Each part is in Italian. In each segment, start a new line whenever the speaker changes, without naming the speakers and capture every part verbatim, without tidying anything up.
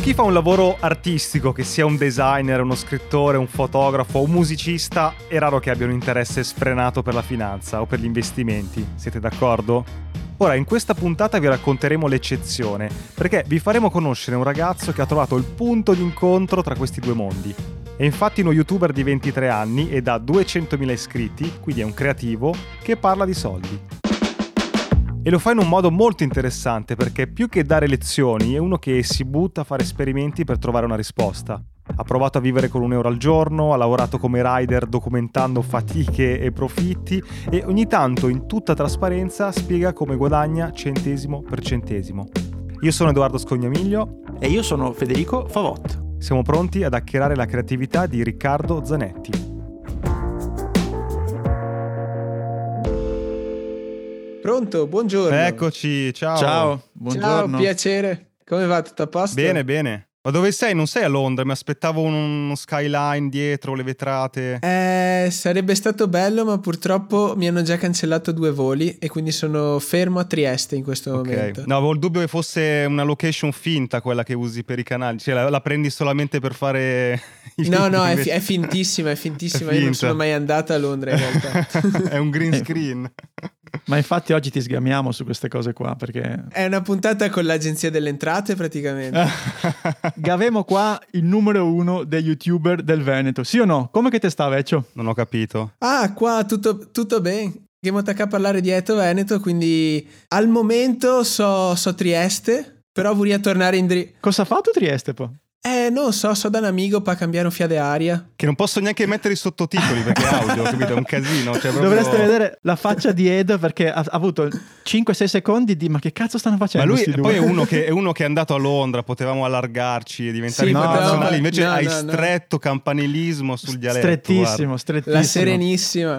chi fa un lavoro artistico, che sia un designer, uno scrittore, un fotografo, un musicista, è raro che abbia un interesse sfrenato per la finanza o per gli investimenti. Siete d'accordo? Ora, in questa puntata vi racconteremo l'eccezione, perché vi faremo conoscere un ragazzo che ha trovato il punto di incontro tra questi due mondi. È infatti uno youtuber di ventitré anni ed ha duecentomila iscritti, quindi è un creativo che parla di soldi. E lo fa in un modo molto interessante perché più che dare lezioni è uno che si butta a fare esperimenti per trovare una risposta. Ha provato a vivere con un euro al giorno, ha lavorato come rider documentando fatiche e profitti e ogni tanto in tutta trasparenza spiega come guadagna centesimo per centesimo. Io sono Edoardo Scognamiglio
e io sono Federico Favot.
Siamo pronti ad hackerare la creatività di Riccardo Zanetti.
Pronto, buongiorno.
Eccoci, ciao.
Ciao, buongiorno.
Ciao, piacere. Come va? Tutto a posto?
Bene, bene. Ma dove sei? Non sei a Londra? Mi aspettavo uno skyline dietro, le vetrate.
Eh, sarebbe stato bello, ma purtroppo mi hanno già cancellato due voli e quindi sono fermo a Trieste in questo
Ok.
momento.
No, avevo il dubbio che fosse una location finta quella che usi per i canali. Cioè, la, la prendi solamente per fare... i
No, no, è,
invece-
fi- è fintissima, è fintissima.
È
Io non
finta.
sono mai andata a Londra in realtà.
È un green screen.
Ma infatti oggi ti sgamiamo su queste cose qua perché
È una puntata con l'agenzia delle entrate praticamente.
Gavemo qua il numero uno dei youtuber del Veneto. Sì o no? Come che te sta, vecchio?
Non ho capito.
Ah, qua tutto, tutto bene. Game Attack a parlare di Eto Veneto, quindi al momento so, so Trieste, però vorrei tornare in dri...
Cosa ha fatto Trieste poi?
Eh, non so, so da un amico per cambiare un fiade aria.
Che non posso neanche mettere i sottotitoli perché è audio, capito? È un casino. Cioè, proprio...
Dovreste vedere la faccia di Edo perché ha, ha avuto cinque sei secondi di ma che cazzo stanno
Ma
facendo
lui
sti
poi
due?
è uno, che, è uno che è andato a Londra, potevamo allargarci e diventare
Sì,
internazionali,
potevamo-
invece
no,
hai
no, no.
stretto campanilismo sul dialetto.
Strettissimo, strettissimo.
La Serenissima.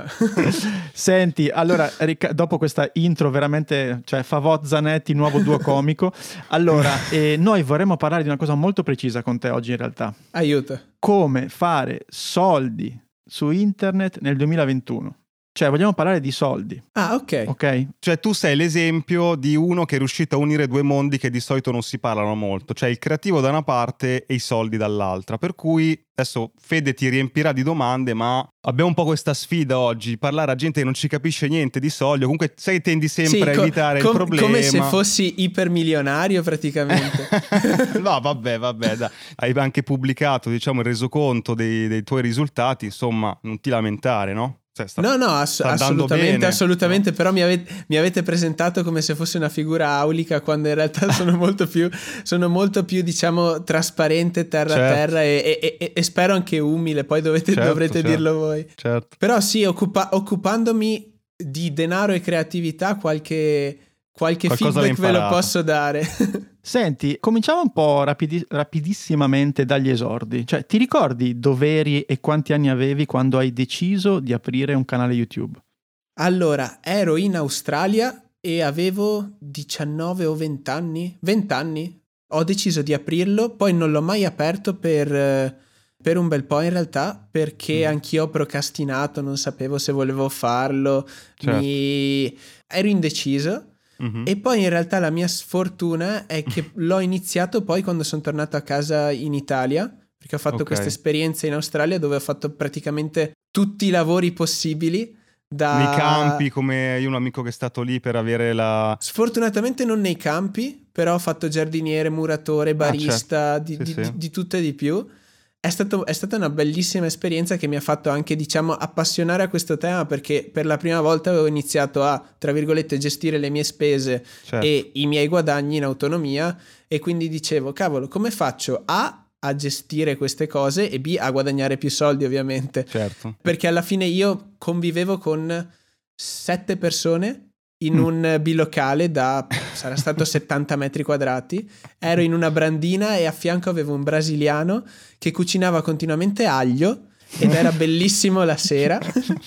Senti, allora, Ricca- dopo questa intro veramente, cioè Favot Zanetti, nuovo duo comico, allora, eh, noi vorremmo parlare di una cosa molto precisa con te oggi in realtà.
Aiuto.
Come fare soldi su internet nel duemilaventuno. Cioè, vogliamo parlare di soldi,
Ah, ok.
ok?
Cioè tu sei l'esempio di uno che è riuscito a unire due mondi che di solito non si parlano molto, cioè il creativo da una parte e i soldi dall'altra, per cui adesso Fede ti riempirà di domande, ma abbiamo un po' questa sfida oggi, parlare a gente che non ci capisce niente di soldi, comunque sai tendi sempre
Sì,
a
co-
evitare
com-
il problema.
come se fossi ipermilionario praticamente.
No, vabbè, vabbè, dai. Hai anche pubblicato, diciamo, il resoconto dei, dei tuoi risultati, insomma, non ti lamentare, no? Cioè, sta-
No, no, ass-
sta andando
assolutamente,
bene,
assolutamente,
no?
però mi avete, mi avete presentato come se fosse una figura aulica quando in realtà sono molto più, sono molto più, diciamo, trasparente, terra a
Certo.
terra e, e- e- e spero anche umile, poi dovete,
Certo,
dovrete
certo.
dirlo voi.
Certo.
Però sì, occupa- occupandomi di denaro e creatività, qualche, qualche
Qualcosa l'hai
feedback ve lo
imparato.
posso dare.
Senti, cominciamo un po' rapidi- rapidissimamente dagli esordi. Cioè, ti ricordi dov'eri e quanti anni avevi quando hai deciso di aprire un canale YouTube?
Allora, ero in Australia e avevo diciannove o venti anni. venti anni. Ho deciso di aprirlo, poi non l'ho mai aperto per, eh, per un bel po' in realtà, perché
Mm.
anch'io ho procrastinato, non sapevo se volevo farlo,
Certo.
mi... ero indeciso.
Mhm.
E poi in realtà la mia sfortuna è che l'ho iniziato poi quando sono tornato a casa in Italia, perché ho fatto
Ok.
questa esperienza in Australia dove ho fatto praticamente tutti i lavori possibili. Da...
Nei campi, come io ho un amico che è stato lì per avere la...
Sfortunatamente non nei campi, però ho fatto giardiniere, muratore, barista,
certo.
di,
Sì,
di-
sì.
di- di tutto e di più. È, stato- è stata una bellissima esperienza che mi ha fatto anche, diciamo, appassionare a questo tema, perché per la prima volta avevo iniziato a, tra virgolette, gestire le mie spese
Certo.
e i miei guadagni in autonomia, e quindi dicevo, cavolo, come faccio A a gestire queste cose e B a guadagnare più soldi, ovviamente.
Certo.
Perché alla fine io convivevo con sette persone in
Mm.
un bilocale da, sarà stato settanta metri quadrati, ero in una brandina e a fianco avevo un brasiliano che cucinava continuamente aglio ed era bellissimo la sera,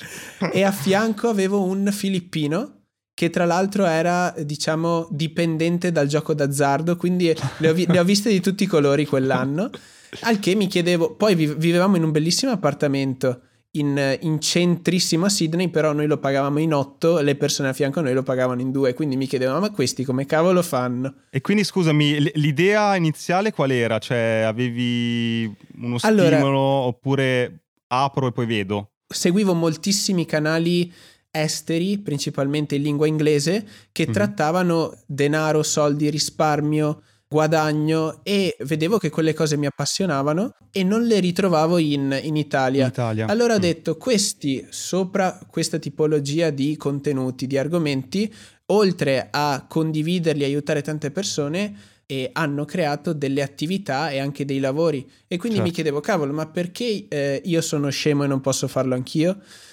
e a fianco avevo un filippino che tra l'altro era, diciamo, dipendente dal gioco d'azzardo, quindi le ho, vi- le ho viste di tutti i colori quell'anno, al che mi chiedevo, poi vi- vivevamo in un bellissimo appartamento in, in centrissimo a Sydney, però noi lo pagavamo in otto, le persone a fianco a noi lo pagavano in due, quindi mi chiedevo ma questi come cavolo fanno?
E quindi scusami, l- l'idea iniziale qual era? Cioè avevi uno
Allora,
stimolo oppure apro e poi vedo?
Seguivo moltissimi canali esteri, principalmente in lingua inglese, che
Mhm.
trattavano denaro, soldi, risparmio, guadagno, e vedevo che quelle cose mi appassionavano e non le ritrovavo in, in
In
Italia.
Italia.
Allora ho
Mm.
detto, questi sopra questa tipologia di contenuti, di argomenti, oltre a condividerli e aiutare tante persone, e hanno creato delle attività e anche dei lavori. E quindi mi
Certo.
chiedevo, cavolo, ma perché eh, io sono scemo e non posso farlo anch'io?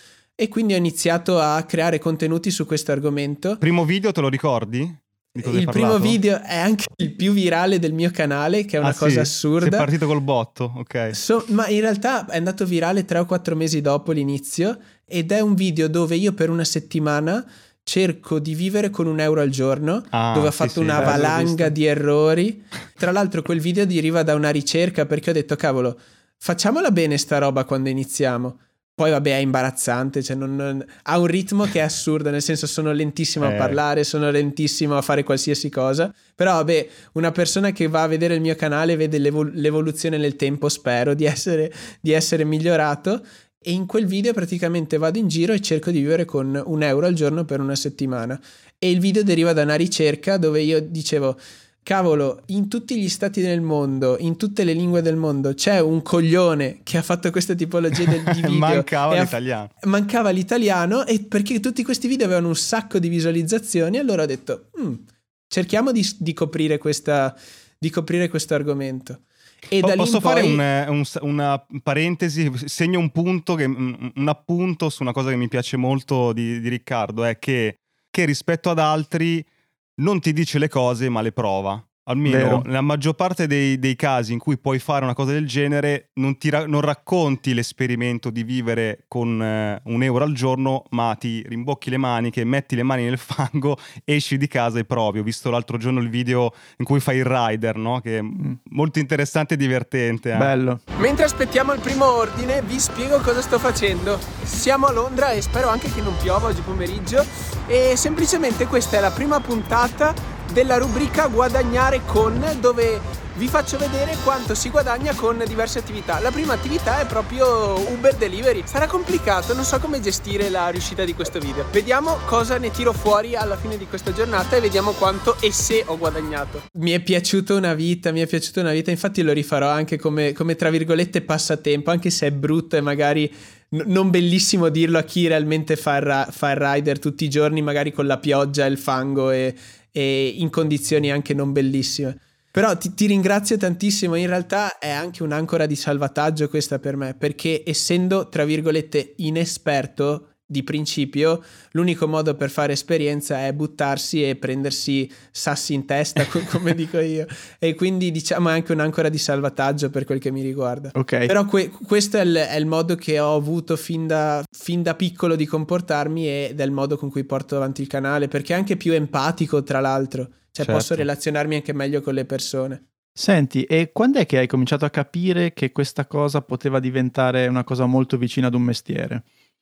E quindi ho iniziato a creare contenuti su questo argomento.
Primo video te lo ricordi? Di cosa hai
Il primo
parlato?
video è anche il più virale del mio canale, che è una
Ah,
cosa
sì?
assurda.
Sei partito col botto, ok.
So- ma in realtà è andato virale tre o quattro mesi dopo l'inizio, ed è un video dove io per una settimana cerco di vivere con un euro al giorno,
Ah,
dove ho
sì,
fatto
sì,
una
eh, l'ho
valanga
visto.
di errori. Tra l'altro quel video deriva da una ricerca, perché ho detto, cavolo, facciamola bene sta roba quando iniziamo. Poi vabbè, è imbarazzante, cioè non- non- ha un ritmo che è assurdo, nel senso sono lentissimo a
Eh.
parlare, sono lentissimo a fare qualsiasi cosa, però vabbè, una persona che va a vedere il mio canale vede l'evol- l'evoluzione nel tempo, spero di essere, di essere migliorato, e in quel video praticamente vado in giro e cerco di vivere con un euro al giorno per una settimana, e il video deriva da una ricerca dove io dicevo, cavolo, in tutti gli stati del mondo, in tutte le lingue del mondo, c'è un coglione che ha fatto questa tipologia del- di video.
Mancava
e ha-
l'italiano.
Mancava l'italiano, e perché tutti questi video avevano un sacco di visualizzazioni, allora ho detto, "Mm, cerchiamo di, di coprire questa, di coprire questo argomento." E
Po-
da lì
Posso
in
fare
poi-
un, eh, un- una parentesi, segno un punto, che, un un appunto su una cosa che mi piace molto di, di Riccardo, è che, che rispetto ad altri non ti dice le cose ma le prova. Almeno
Vero.
nella maggior parte dei, dei casi in cui puoi fare una cosa del genere, non, ti ra- non racconti l'esperimento di vivere con eh, un euro al giorno, ma ti rimbocchi le maniche, metti le mani nel fango, esci di casa e provi. Ho visto l'altro giorno il video in cui fai il rider, no? Che è molto interessante e divertente. eh.
Bello.
Mentre aspettiamo il primo ordine, vi spiego cosa sto facendo. Siamo a Londra e spero anche che non piova oggi pomeriggio, e semplicemente questa è la prima puntata della rubrica Guadagnare con, dove vi faccio vedere quanto si guadagna con diverse attività. La prima attività è proprio Uber Delivery. Sarà complicato, non so come gestire la riuscita di questo video. Vediamo cosa ne tiro fuori alla fine di questa giornata e vediamo quanto e se ho guadagnato. Mi è piaciuta una vita, mi è piaciuta una vita, infatti lo rifarò anche come, come tra virgolette passatempo, anche se è brutto e magari n- non bellissimo dirlo a chi realmente fa il, ra- fa il rider tutti i giorni, magari con la pioggia e il fango e, e in condizioni anche non bellissime. Però ti, ti ringrazio tantissimo, in realtà è anche un'ancora di salvataggio questa per me, perché essendo tra virgolette inesperto di principio, l'unico modo per fare esperienza è buttarsi e prendersi sassi in testa, co- come dico io, e quindi diciamo è anche un'ancora di salvataggio per quel che mi riguarda.
Ok.
Però que- questo è il, è il modo che ho avuto fin da, fin da piccolo di comportarmi, ed è il modo con cui porto avanti il canale, perché è anche più empatico, tra l'altro, cioè
Certo.
posso relazionarmi anche meglio con le persone.
Senti, e quando è che hai cominciato a capire che questa cosa poteva diventare una cosa molto vicina ad un mestiere?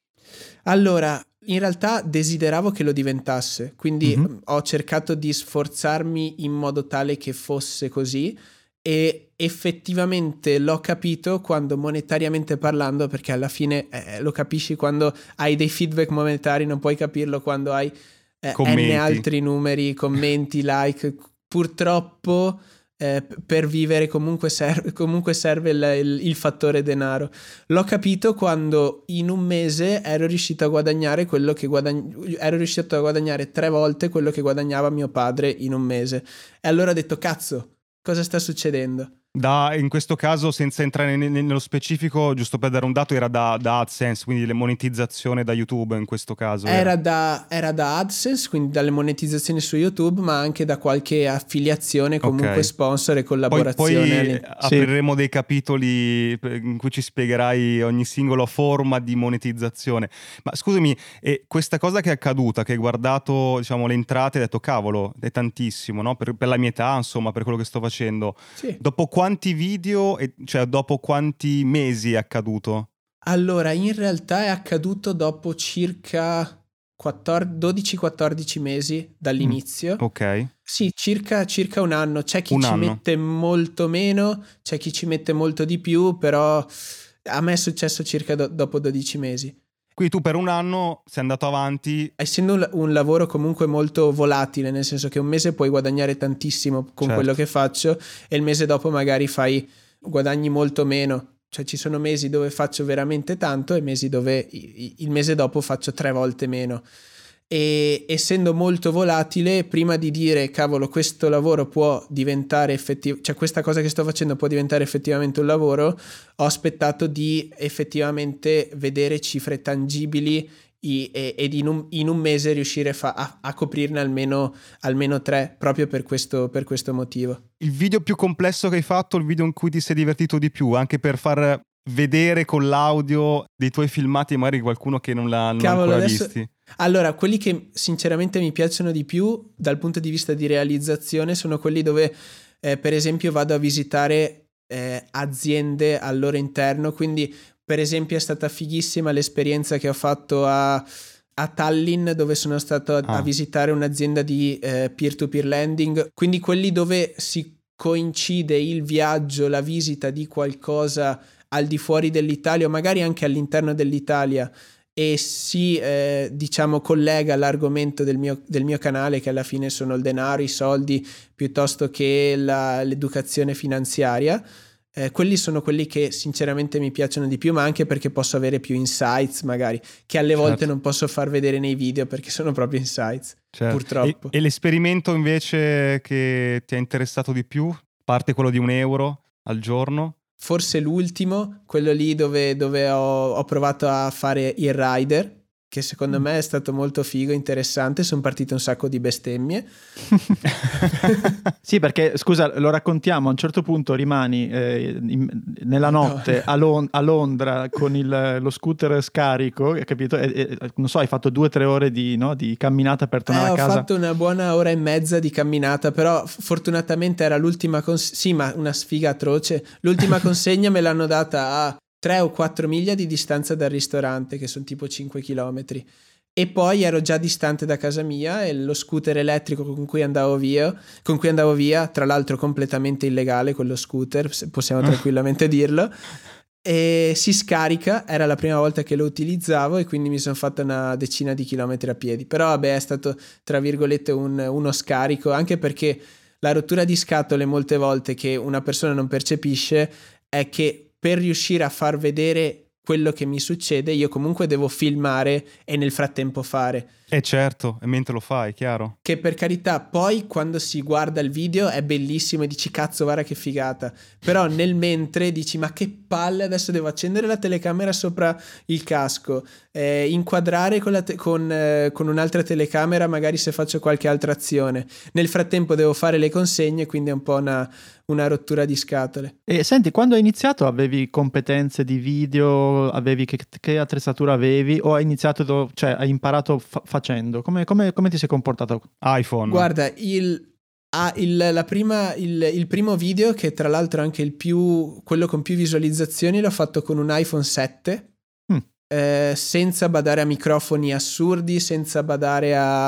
Allora, in realtà desideravo che lo diventasse, quindi
Mhm.
ho cercato di sforzarmi in modo tale che fosse così, e effettivamente l'ho capito quando, monetariamente parlando, perché alla fine eh, lo capisci quando hai dei feedback monetari, non puoi capirlo quando hai eh,
Commenti.
n altri numeri, commenti, like. Purtroppo eh, p- per vivere comunque, ser- comunque serve il, il- il fattore denaro. L'ho capito quando in un mese ero riuscito a guadagnare quello che guadagn- ero riuscito a guadagnare tre volte quello che guadagnava mio padre in un mese, e allora ho detto, cazzo, cosa sta succedendo?
Da, in questo caso, senza entrare ne- ne- nello specifico, giusto per dare un dato, era da, da AdSense, quindi le monetizzazioni da YouTube in questo caso.
Era da, era da AdSense, quindi dalle monetizzazioni su YouTube, ma anche da qualche affiliazione, comunque
Ok.
sponsor e
Poi,
collaborazione.
poi
alle-
apriremo dei capitoli in cui ci spiegherai ogni singola forma di monetizzazione. Ma scusami, e questa cosa che è accaduta, che hai guardato, diciamo, le entrate e hai detto, cavolo, è tantissimo, no? Per, per la mia età, insomma, per quello che sto facendo.
Sì.
Dopo quanti video, e, cioè dopo quanti mesi è accaduto?
Allora, in realtà è accaduto dopo circa dodici quattordici mesi dall'inizio.
Mm, ok.
Sì, circa, circa un anno. C'è chi
Un
ci
anno.
mette molto meno, c'è chi ci mette molto di più, però a me è successo circa do- dopo dodici mesi.
Quindi tu per un anno sei andato avanti.
Essendo un, un lavoro comunque molto volatile, nel senso che un mese puoi guadagnare tantissimo con
Certo.
quello che faccio e il mese dopo magari fai guadagni molto meno. Cioè ci sono mesi dove faccio veramente tanto e mesi dove il mese dopo faccio tre volte meno. E essendo molto volatile, prima di dire cavolo questo lavoro può diventare effettivo, cioè questa cosa che sto facendo può diventare effettivamente un lavoro, ho aspettato di effettivamente vedere cifre tangibili ed in un, in un mese riuscire fa- a, a coprirne almeno, almeno tre, proprio per questo, per questo motivo.
Il video più complesso che hai fatto, il video in cui ti sei divertito di più, anche per far vedere con l'audio dei tuoi filmati magari qualcuno che non l'ha, non
Cavolo,
l'ha ancora
adesso...
visti?
Allora, quelli che sinceramente mi piacciono di più dal punto di vista di realizzazione sono quelli dove eh, per esempio vado a visitare eh, aziende al loro interno, quindi per esempio è stata fighissima l'esperienza che ho fatto a, a Tallinn, dove sono stato a,
ah.
a visitare un'azienda di eh, peer-to-peer lending, quindi quelli dove si coincide il viaggio, la visita di qualcosa al di fuori dell'Italia o magari anche all'interno dell'Italia e si eh, diciamo collega l'argomento del mio, del mio canale, che alla fine sono il denaro, i soldi, piuttosto che la, l'educazione finanziaria. Eh, quelli sono quelli che sinceramente mi piacciono di più, ma anche perché posso avere più insights magari, che alle volte
certo.
non posso far vedere nei video perché sono proprio insights,
certo.
purtroppo.
E, e l'esperimento invece che ti ha interessato di più, a parte quello di un euro al giorno?
Forse l'ultimo, quello lì dove, dove ho, ho provato a fare il rider, che secondo me è stato molto figo, interessante, sono partite un sacco di bestemmie.
Sì, perché scusa, lo raccontiamo, a un certo punto rimani eh, in, nella notte no. a, Lon- a Londra con il, lo scooter scarico, capito? E, e, non so, hai fatto due o tre ore di, no, di camminata per tornare
eh,
a casa.
Ho fatto una buona ora e mezza di camminata, però fortunatamente era l'ultima consegna, sì, ma una sfiga atroce. L'ultima consegna me l'hanno data a tre o quattro miglia di distanza dal ristorante, che sono tipo cinque chilometri, e poi ero già distante da casa mia e lo scooter elettrico con cui andavo via, con cui andavo via, tra l'altro completamente illegale quello scooter, possiamo tranquillamente dirlo, e si scarica, era la prima volta che lo utilizzavo e quindi mi sono fatto una decina di chilometri a piedi, però vabbè è stato tra virgolette un, uno scarico, anche perché la rottura di scatole molte volte che una persona non percepisce è che per riuscire a far vedere quello che mi succede io comunque devo filmare e nel frattempo fare.
Eh certo, e mentre lo fai, chiaro.
Che per carità poi quando si guarda il video è bellissimo e dici cazzo guarda che figata, però nel mentre dici ma che palle, adesso devo accendere la telecamera sopra il casco, eh, inquadrare con, la te- con, eh, con un'altra telecamera magari se faccio qualche altra azione, nel frattempo devo fare le consegne, quindi è un po' una, una rottura di scatole.
E senti, quando hai iniziato avevi competenze di video, avevi che, che attrezzatura avevi o hai iniziato, cioè hai imparato fa- facendo? Come, come, come ti sei comportato?
iPhone.
Guarda, il, ah, il, la prima, il, il primo video, che tra l'altro è anche il più, quello con più visualizzazioni, l'ho fatto con un iPhone sette, mm. eh, senza badare a microfoni assurdi, senza badare a,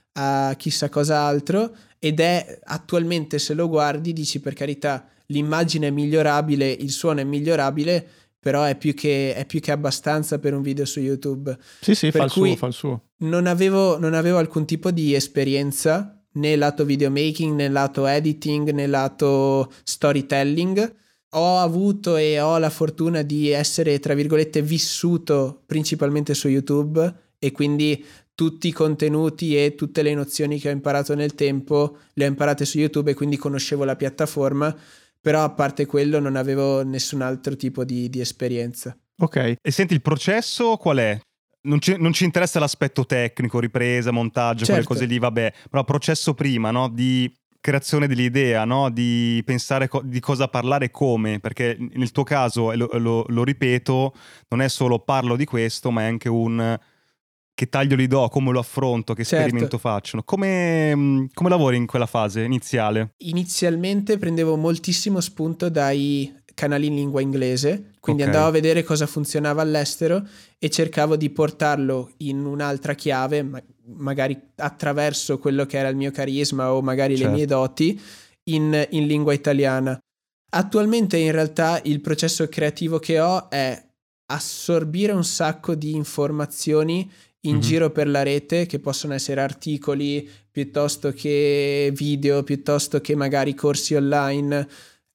a chissà cos'altro, ed è attualmente, se lo guardi, dici per carità, l'immagine è migliorabile, il suono è migliorabile, però è più che, è più che abbastanza per un video su YouTube.
Sì, sì,
per
fa il
cui
suo, fa il suo.
Non avevo, non avevo alcun tipo di esperienza, né lato videomaking, né lato editing, né lato storytelling. Ho avuto e ho la fortuna di essere, tra virgolette, vissuto principalmente su YouTube, e quindi tutti i contenuti e tutte le nozioni che ho imparato nel tempo le ho imparate su YouTube e quindi conoscevo la piattaforma, però a parte quello non avevo nessun altro tipo di, di esperienza.
Ok, e senti, il processo qual è? Non ci, non ci interessa l'aspetto tecnico, ripresa, montaggio,
certo.
Quelle cose lì, vabbè, però il processo prima, no? Di creazione dell'idea, no? Di pensare co- di cosa parlare e come, perché nel tuo caso, e lo, lo, lo ripeto, non è solo parlo di questo, ma è anche un che taglio li do, come lo affronto, che
certo.
esperimento faccio. Come, come lavori in quella fase iniziale?
Inizialmente prendevo moltissimo spunto dai canali in lingua inglese, quindi
Ok.
andavo a vedere cosa funzionava all'estero e cercavo di portarlo in un'altra chiave, ma- magari attraverso quello che era il mio carisma o magari
Certo.
le mie doti in, in lingua italiana. Attualmente in realtà il processo creativo che ho è assorbire un sacco di informazioni in
Mhm.
giro per la rete, che possono essere articoli piuttosto che video, piuttosto che magari corsi online,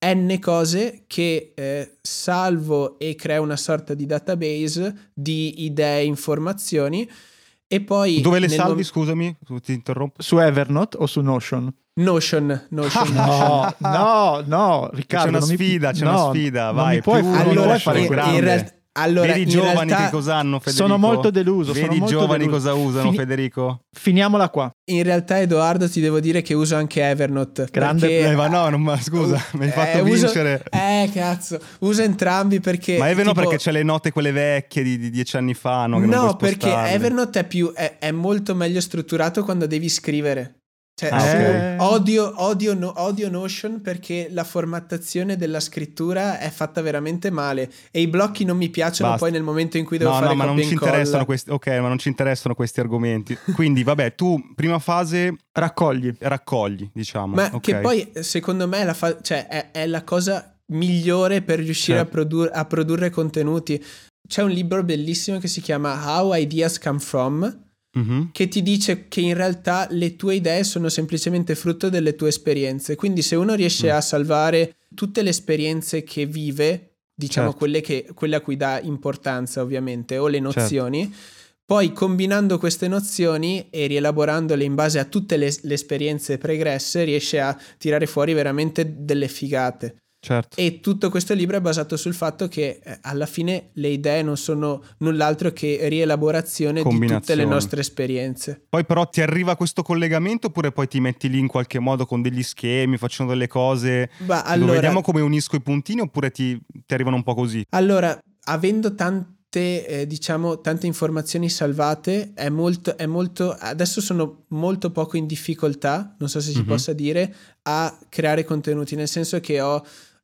n cose che eh, salvo e creo una sorta di database di idee, informazioni, e poi
Dove le
nel
salvi,
mom-
scusami? Ti interrompo.
Su Evernote o su Notion?
Notion, Notion, Notion.
No, no, no, Riccardo.
C'è una
non mi-
sfida, c'è
no,
una sfida,
non
vai,
mi puoi,
più
non mi
uno
puoi
Allora,
fare
in,
Notion,
questo.
in
grande.
realtà, allora,
Vedi i
in
giovani
realtà,
che cosa hanno, Federico?
Sono molto deluso,
Vedi
sono
i
molto
giovani
deluso.
cosa usano,
Fini-
Federico?
Finiamola qua.
in realtà, Edoardo, ti devo dire che uso anche Evernote.
Grande-
perché-
Eh, ma no, non- ma scusa, mi hai fatto
eh, uso-
vincere.
Eh, cazzo, uso entrambi perché...
Ma Evernote
tipo-
perché c'è le note quelle vecchie di, di dieci anni fa, no? Che non
No,
puoi
perché
spostarle.
Evernote è più è, è molto meglio strutturato quando devi scrivere. Cioè,
Ah,
su-
ok.
odio, odio, no- odio Notion perché la formattazione della scrittura è fatta veramente male e i blocchi non mi piacciono.
Basta.
poi nel momento in cui devo
No,
fare
no, ma non
copia
ci
e incolla.
interessano questi. Ok, ma non ci interessano questi argomenti. Quindi, vabbè, tu prima fase
Raccogli.
raccogli, diciamo.
Ma
ok.
che poi secondo me è la, fa- cioè, è, è la cosa migliore per riuscire
Certo.
a, produr- a produrre contenuti. C'è un libro bellissimo che si chiama How Ideas Come From,
Mhm.
che ti dice che in realtà le tue idee sono semplicemente frutto delle tue esperienze. Quindi se uno riesce
Mm.
a salvare tutte le esperienze che vive, diciamo
Certo.
quelle, che, quelle a cui dà importanza ovviamente, o le nozioni, poi combinando queste nozioni e rielaborandole in base a tutte le, le esperienze pregresse, riesce a tirare fuori veramente delle figate.
Certo.
E tutto questo libro è basato sul fatto che eh, alla fine le idee non sono null'altro che rielaborazione di tutte le
Combinazioni.
nostre esperienze.
Poi però ti arriva questo collegamento oppure poi ti metti lì in qualche modo con degli schemi, facendo delle cose.
Ma
Dico,
allora,
vediamo come unisco i puntini oppure ti, ti arrivano un po' così.
allora, avendo tante, eh, diciamo, tante informazioni salvate, è molto, è molto, adesso sono molto poco in difficoltà, non so se si
Mhm.
possa dire, a creare contenuti, nel senso che ho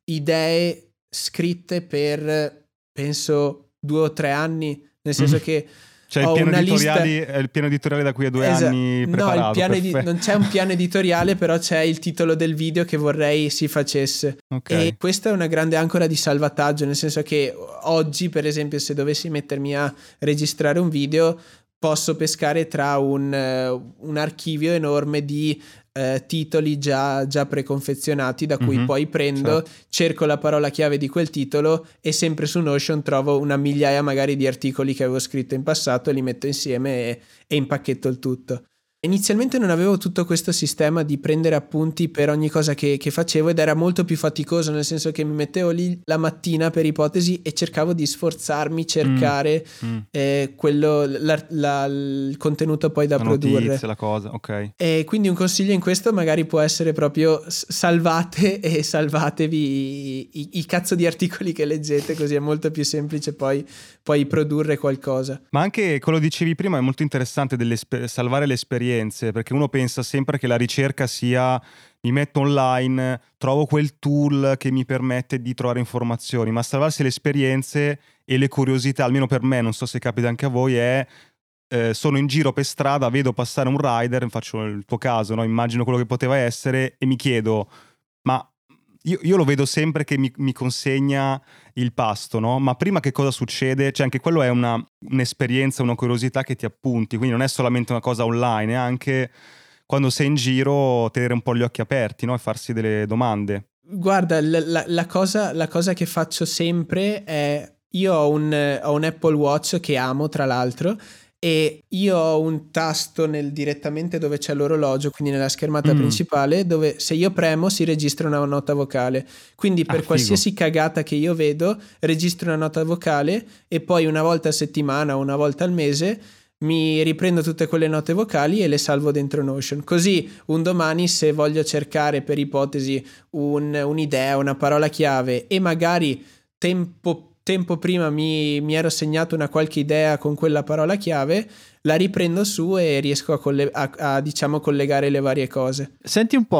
idee scritte per, penso, due o tre anni, nel senso
Mhm.
che
Cioè il
ho
piano,
una
editoriali,
lista-
è il piano editoriale da qui a due
Esa-
anni
no,
preparato.
il piano edi-
perfetto.
non c'è un piano editoriale, però c'è il titolo del video che vorrei si facesse.
Ok.
E questa è una grande ancora di salvataggio, nel senso che oggi, per esempio, se dovessi mettermi a registrare un video, posso pescare tra un, eh, un archivio enorme di eh, titoli già, già preconfezionati, da cui
Mhm,
poi prendo,
certo.
cerco la parola chiave di quel titolo e sempre su Notion trovo una migliaia magari di articoli che avevo scritto in passato, li metto insieme e, e impacchetto il tutto. Inizialmente non avevo tutto questo sistema di prendere appunti per ogni cosa che, che facevo ed era molto più faticoso, nel senso che mi mettevo lì la mattina per ipotesi e cercavo di sforzarmi, cercare
Mm.
eh, quello, la- la- il contenuto poi da
La
produrre.
notizia, la cosa, ok.
E quindi un consiglio in questo magari può essere proprio s- salvate e salvatevi i, i- i cazzo di articoli che leggete, così è molto più semplice poi, poi produrre qualcosa.
Ma anche quello che dicevi prima è molto interessante, delle esper- salvare le esperienze, perché uno pensa sempre che la ricerca sia mi metto online, trovo quel tool che mi permette di trovare informazioni, ma salvarsi le esperienze e le curiosità, almeno per me, non so se capita anche a voi, è eh, sono in giro per strada, vedo passare un rider, faccio il tuo caso, no? Immagino quello che poteva essere e mi chiedo, ma io, io lo vedo sempre che mi, mi consegna il pasto, no? Ma prima che cosa succede? Cioè anche quello è una, un'esperienza, una curiosità che ti appunti, quindi non è solamente una cosa online, è anche quando sei in giro tenere un po' gli occhi aperti, no? E farsi delle domande.
Guarda, la, la- la cosa, la cosa che faccio sempre è, io ho un, ho un Apple Watch che amo tra l'altro, e io ho un tasto nel, direttamente dove c'è l'orologio, quindi nella schermata
Mm.
principale, dove se io premo si registra una nota vocale, quindi per
Ah,
qualsiasi cagata che io vedo registro una nota vocale e poi una volta a settimana o una volta al mese mi riprendo tutte quelle note vocali e le salvo dentro Notion, così un domani se voglio cercare per ipotesi un- un'idea, una parola chiave e magari tempo tempo prima mi, mi ero segnato una qualche idea con quella parola chiave, la riprendo su e riesco a, colle- a- a, diciamo collegare le varie cose.
Senti un po',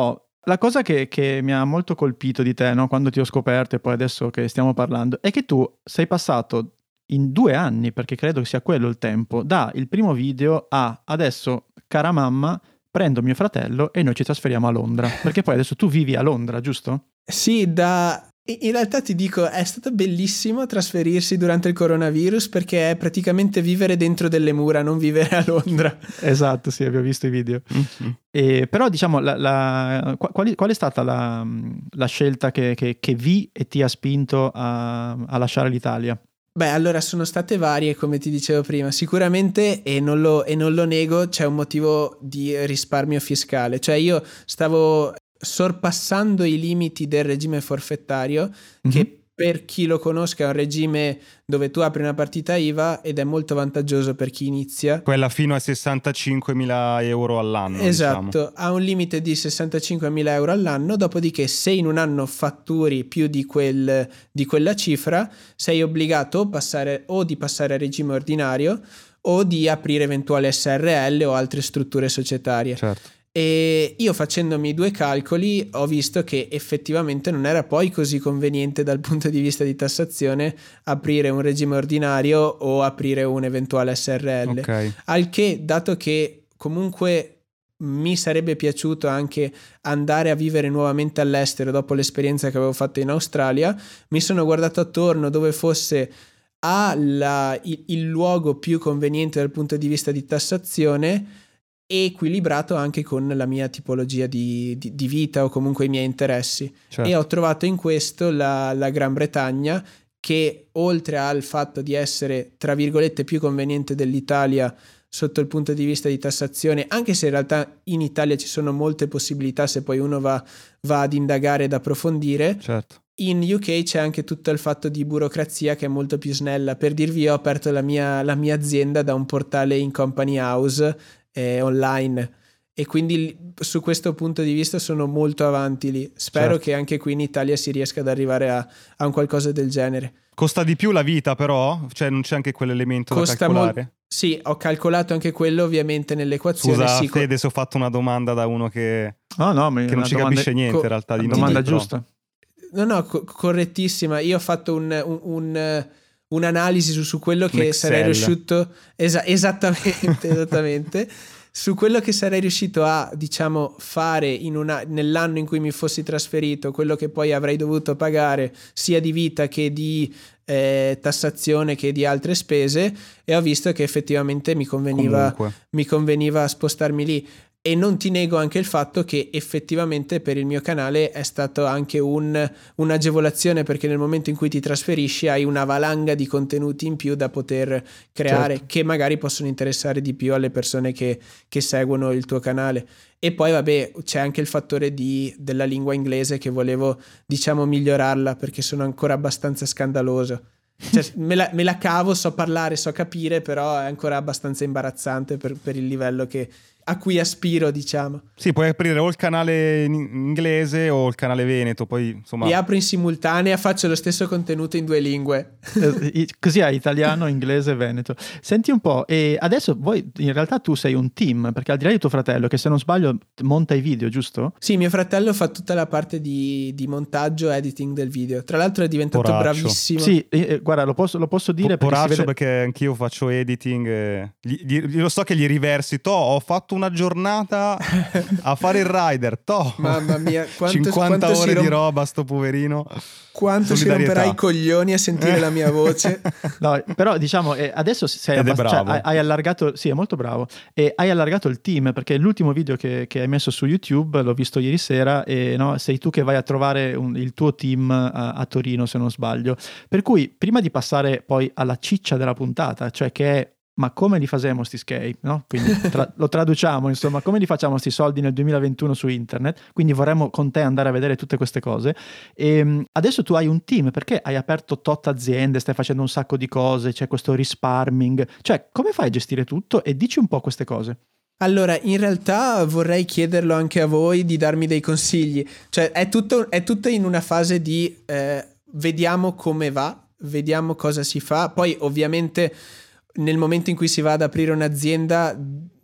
La cosa che, che mi ha molto colpito di te, no? Quando ti ho scoperto e poi adesso che stiamo parlando, è che tu sei passato in due anni, perché credo che sia quello il tempo, da il primo video a adesso, cara mamma, prendo mio fratello e noi ci trasferiamo a Londra, perché poi adesso tu vivi a Londra, giusto?
Sì, da... in realtà ti dico, è stato bellissimo trasferirsi durante il coronavirus perché è praticamente vivere dentro delle mura, non vivere a Londra.
Esatto, sì, abbiamo visto i video. Mm-hmm. E, però diciamo, la, la, qual, qual è stata la, la scelta che, che, che vi e ti ha spinto a, a lasciare l'Italia?
Beh, allora sono state varie, come ti dicevo prima. Sicuramente, e non lo, e non lo nego, c'è un motivo di risparmio fiscale. Cioè io stavo sorpassando i limiti del regime forfettario, mm-hmm. che per chi lo conosca è un regime dove tu apri una partita I V A ed è molto vantaggioso per chi inizia.
Quella fino a sessantacinquemila euro all'anno.
Esatto,
diciamo.
Ha un limite di sessantacinquemila euro all'anno, dopodiché se in un anno fatturi più di, quel, di quella cifra, sei obbligato o, passare, o di passare a regime ordinario o di aprire eventuali S R L o altre strutture societarie.
Certo.
E io facendomi i due calcoli ho visto che effettivamente non era poi così conveniente dal punto di vista di tassazione aprire un regime ordinario o aprire un eventuale S R L.
Okay.
Al che, dato che comunque mi sarebbe piaciuto anche andare a vivere nuovamente all'estero dopo l'esperienza che avevo fatto in Australia, mi sono guardato attorno dove fosse A, la, il, il luogo più conveniente dal punto di vista di tassazione, equilibrato anche con la mia tipologia di, di, di vita o comunque i miei interessi. Certo. E ho trovato in questo la, la Gran Bretagna, che oltre al fatto di essere tra virgolette più conveniente dell'Italia sotto il punto di vista di tassazione, anche se in realtà in Italia ci sono molte possibilità se poi uno va, va ad indagare ed approfondire.
Certo.
In U K c'è anche tutto il fatto di burocrazia che è molto più snella. Per dirvi, ho aperto la mia, la mia azienda da un portale in company house eh, online, e quindi su questo punto di vista sono molto avanti lì. Spero certo. che anche qui in Italia si riesca ad arrivare a, a un qualcosa del genere.
Costa di più la vita però? Cioè non c'è anche quell'elemento Costa da calcolare? Mol-
sì, ho calcolato anche quello ovviamente nell'equazione.
Scusa
sì,
Fede, se ho fatto una domanda da uno che,
oh, no, che
non ci
domanda...
capisce niente
co-
in realtà. Di
domanda
numeri,
giusta.
No, no, co- correttissima. Io ho fatto un, un, un, un'analisi su, su quello che sarei riuscito... Esa- esattamente, esattamente. Su quello che sarei riuscito a, diciamo, fare in una, nell'anno in cui mi fossi trasferito, quello che poi avrei dovuto pagare sia di vita che di eh, tassazione che di altre spese, e ho visto che effettivamente mi conveniva, mi conveniva spostarmi lì. E non ti nego anche il fatto che effettivamente per il mio canale è stato anche un, un'agevolazione, perché nel momento in cui ti trasferisci hai una valanga di contenuti in più da poter creare, certo. che magari possono interessare di più alle persone che, che seguono il tuo canale. E poi vabbè, c'è anche il fattore di, della lingua inglese, che volevo, diciamo, migliorarla, perché sono ancora abbastanza scandaloso. Cioè, me, la, me la cavo, so parlare, so capire, però è ancora abbastanza imbarazzante per, per il livello che a cui aspiro, diciamo.
Sì, puoi aprire o il canale in inglese o il canale veneto, poi insomma...
Li apro in simultanea, faccio lo stesso contenuto in due lingue.
Così hai italiano, inglese e veneto. Senti un po', e adesso voi, in realtà tu sei un team, perché al di là di tuo fratello, che se non sbaglio monta i video, giusto?
Sì, mio fratello fa tutta la parte di, di montaggio, editing del video. Tra l'altro è diventato Poraccio. bravissimo.
Sì, eh, guarda, lo posso, lo posso dire
po-
perché
Poraccio,
vede...
perché anch'io faccio editing e gli, gli, lo so che gli riversi, to, ho fatto una giornata a fare il rider, to.
Mamma mia, quanto,
cinquanta
quanto
ore
rom...
di roba sto poverino.
Quanto si romperà i coglioni a sentire la mia voce.
No, però diciamo eh, adesso sei abbast- cioè, hai, hai allargato, sì, è molto bravo, e hai allargato il team, perché l'ultimo video che, che hai messo su YouTube l'ho visto ieri sera, e no, sei tu che vai a trovare un, il tuo team a, a Torino, se non sbaglio. Per cui prima di passare poi alla ciccia della puntata, cioè che è ma come li facciamo sti skate, no? Quindi tra- lo traduciamo, insomma, come li facciamo sti soldi nel duemilaventuno su internet? Quindi vorremmo con te andare a vedere tutte queste cose. E adesso tu hai un team, perché hai aperto tot aziende, stai facendo un sacco di cose, c'è questo risparming, cioè come fai a gestire tutto? E dici un po' queste cose.
Allora, in realtà vorrei chiederlo anche a voi di darmi dei consigli, cioè è tutto, è tutto in una fase di eh, vediamo come va, vediamo cosa si fa, poi ovviamente nel momento in cui si va ad aprire un'azienda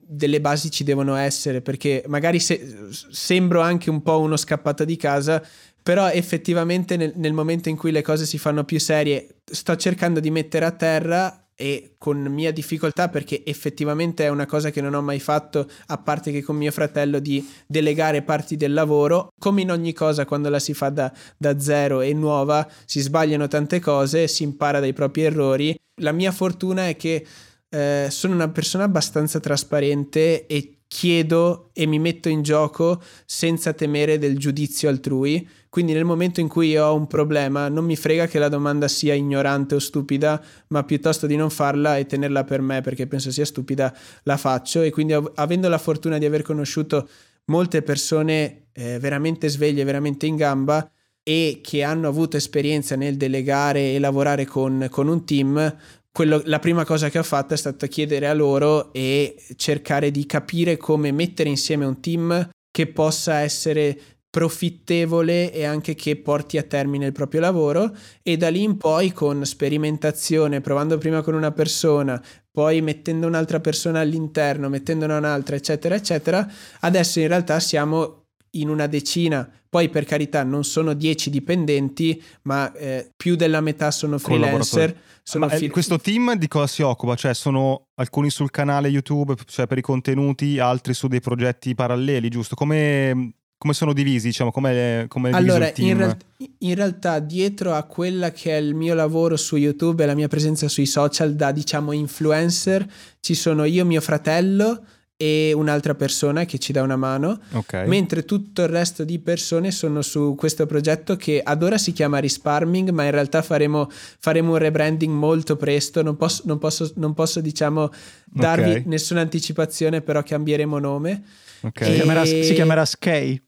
delle basi ci devono essere, perché magari se, sembro anche un po' uno scappato di casa, però effettivamente nel, nel momento in cui le cose si fanno più serie sto cercando di mettere a terra, e con mia difficoltà, perché effettivamente è una cosa che non ho mai fatto, a parte che con mio fratello, di delegare parti del lavoro. Come in ogni cosa, quando la si fa da, da zero e nuova, si sbagliano tante cose, si impara dai propri errori. La mia fortuna è che eh, sono una persona abbastanza trasparente e chiedo e mi metto in gioco senza temere del giudizio altrui. Quindi nel momento in cui ho un problema non mi frega che la domanda sia ignorante o stupida, ma piuttosto di non farla e tenerla per me perché penso sia stupida, la faccio. E quindi, avendo la fortuna di aver conosciuto molte persone eh, veramente sveglie, veramente in gamba, e che hanno avuto esperienza nel delegare e lavorare con, con un team, quello, la prima cosa che ho fatto è stato chiedere a loro e cercare di capire come mettere insieme un team che possa essere profittevole e anche che porti a termine il proprio lavoro. E da lì in poi, con sperimentazione, provando prima con una persona, poi mettendo un'altra persona all'interno, mettendone un'altra, eccetera eccetera, adesso in realtà siamo in una decina. Poi, per carità, non sono dieci dipendenti, ma eh, più della metà sono freelancer. Sono
ma,
fil-
questo team di cosa si occupa? Cioè, sono alcuni sul canale YouTube, cioè per i contenuti, altri su dei progetti paralleli, giusto? Come, come sono divisi, diciamo? Come è diviso
allora,
il team?
In, real- in realtà, dietro a quella che è il mio lavoro su YouTube e la mia presenza sui social da, diciamo, influencer, ci sono io, mio fratello e un'altra persona che ci dà una mano,
okay.
Mentre tutto il resto di persone sono su questo progetto che ad ora si chiama Risparming, ma in realtà faremo, faremo un rebranding molto presto. Non posso, non posso, non posso diciamo darvi
okay.
nessuna anticipazione, però cambieremo nome.
Okay.
E... Si chiamerà, si chiamerà Sky?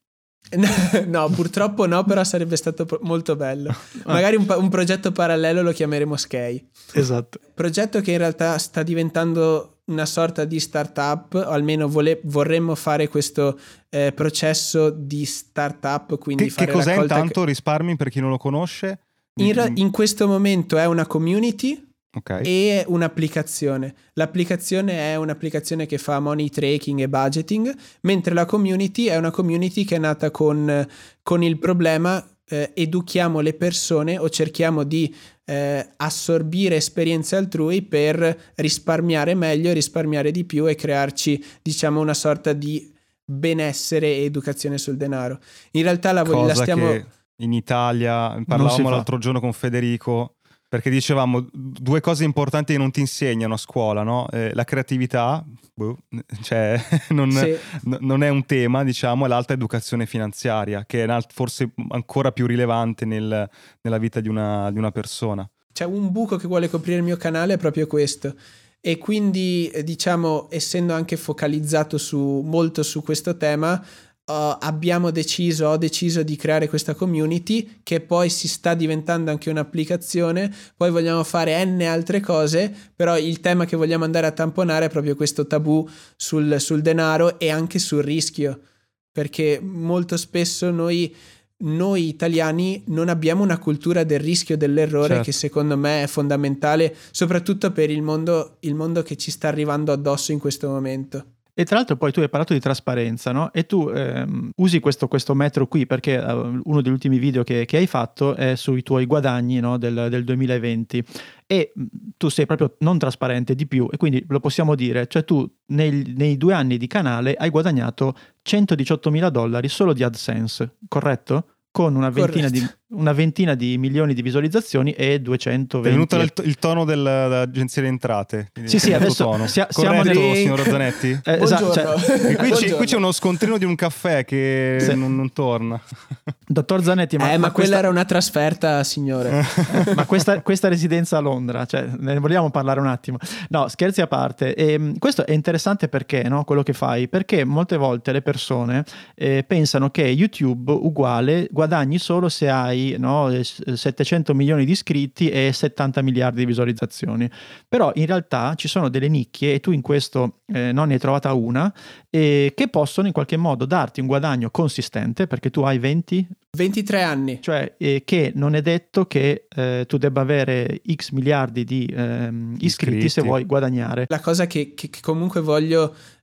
No, purtroppo no, però sarebbe stato molto bello. Magari un, un progetto parallelo lo chiameremo Sky.
Esatto.
Progetto che in realtà sta diventando una sorta di startup, o almeno vole- vorremmo fare questo eh, processo di startup. Quindi
che,
fare
che cos'è intanto
che...
Risparmi, per chi non lo conosce?
In, ra- in questo momento è una community.
Okay.
E un'applicazione. L'applicazione è un'applicazione che fa money tracking e budgeting, mentre la community è una community che è nata con, con il problema eh, educhiamo le persone o cerchiamo di eh, assorbire esperienze altrui per risparmiare meglio, risparmiare di più e crearci, diciamo, una sorta di benessere e educazione sul denaro. In realtà la,
Cosa
la stiamo...
che in Italia, parlavamo l'altro giorno con Federico, perché dicevamo due cose importanti che non ti insegnano a scuola, no? Eh, la creatività, boh, cioè non,
sì.
n- non è un tema, diciamo, e l'altra educazione finanziaria, che è forse ancora più rilevante nel, nella vita di una, di una persona.
C'è un buco che vuole coprire il mio canale, è proprio questo. E quindi, diciamo, essendo anche focalizzato su, molto su questo tema, Uh, abbiamo deciso, ho deciso di creare questa community che poi si sta diventando anche un'applicazione. Poi vogliamo fare n altre cose, però il tema che vogliamo andare a tamponare è proprio questo tabù sul, sul denaro e anche sul rischio, perché molto spesso noi noi italiani non abbiamo una cultura del rischio, dell'errore, certo, che secondo me è fondamentale, soprattutto per il mondo, il mondo che ci sta arrivando addosso in questo momento.
E tra l'altro poi tu hai parlato di trasparenza, no? E tu ehm, usi questo, questo metro qui perché uh, uno degli ultimi video che, che hai fatto è sui tuoi guadagni, no? del, del duemilaventi, e tu sei proprio non trasparente di più, e quindi lo possiamo dire, cioè tu nei, nei due anni di canale hai guadagnato centodiciottomila dollari solo di AdSense, corretto? Con una ventina, di, una ventina di milioni di visualizzazioni e duecentoventi.
È venuto il, il tono dell'agenzia delle entrate.
Sì, sì, adesso
tono.
sia,
siamo
nel...
signor Zanetti?
Eh, esatto, cioè,
qui, ci, qui c'è uno scontrino di un caffè che sì. non, non torna.
Dottor Zanetti, ma,
eh, ma,
ma
quella
questa...
era una trasferta, signore.
eh, ma questa, questa residenza a Londra, cioè, ne vogliamo parlare un attimo? No, scherzi a parte. E, questo è interessante perché, no, quello che fai, perché molte volte le persone eh, pensano che YouTube uguale guadagni solo se hai, no, settecento milioni di iscritti e settanta miliardi di visualizzazioni. Però in realtà ci sono delle nicchie, e tu in questo eh, non ne hai trovata una, eh, che possono in qualche modo darti un guadagno consistente, perché tu hai venti
ventitré anni.
Cioè eh, che non è detto che eh, tu debba avere X miliardi di eh, iscritti, iscritti se vuoi guadagnare.
La cosa che, che, che comunque voglio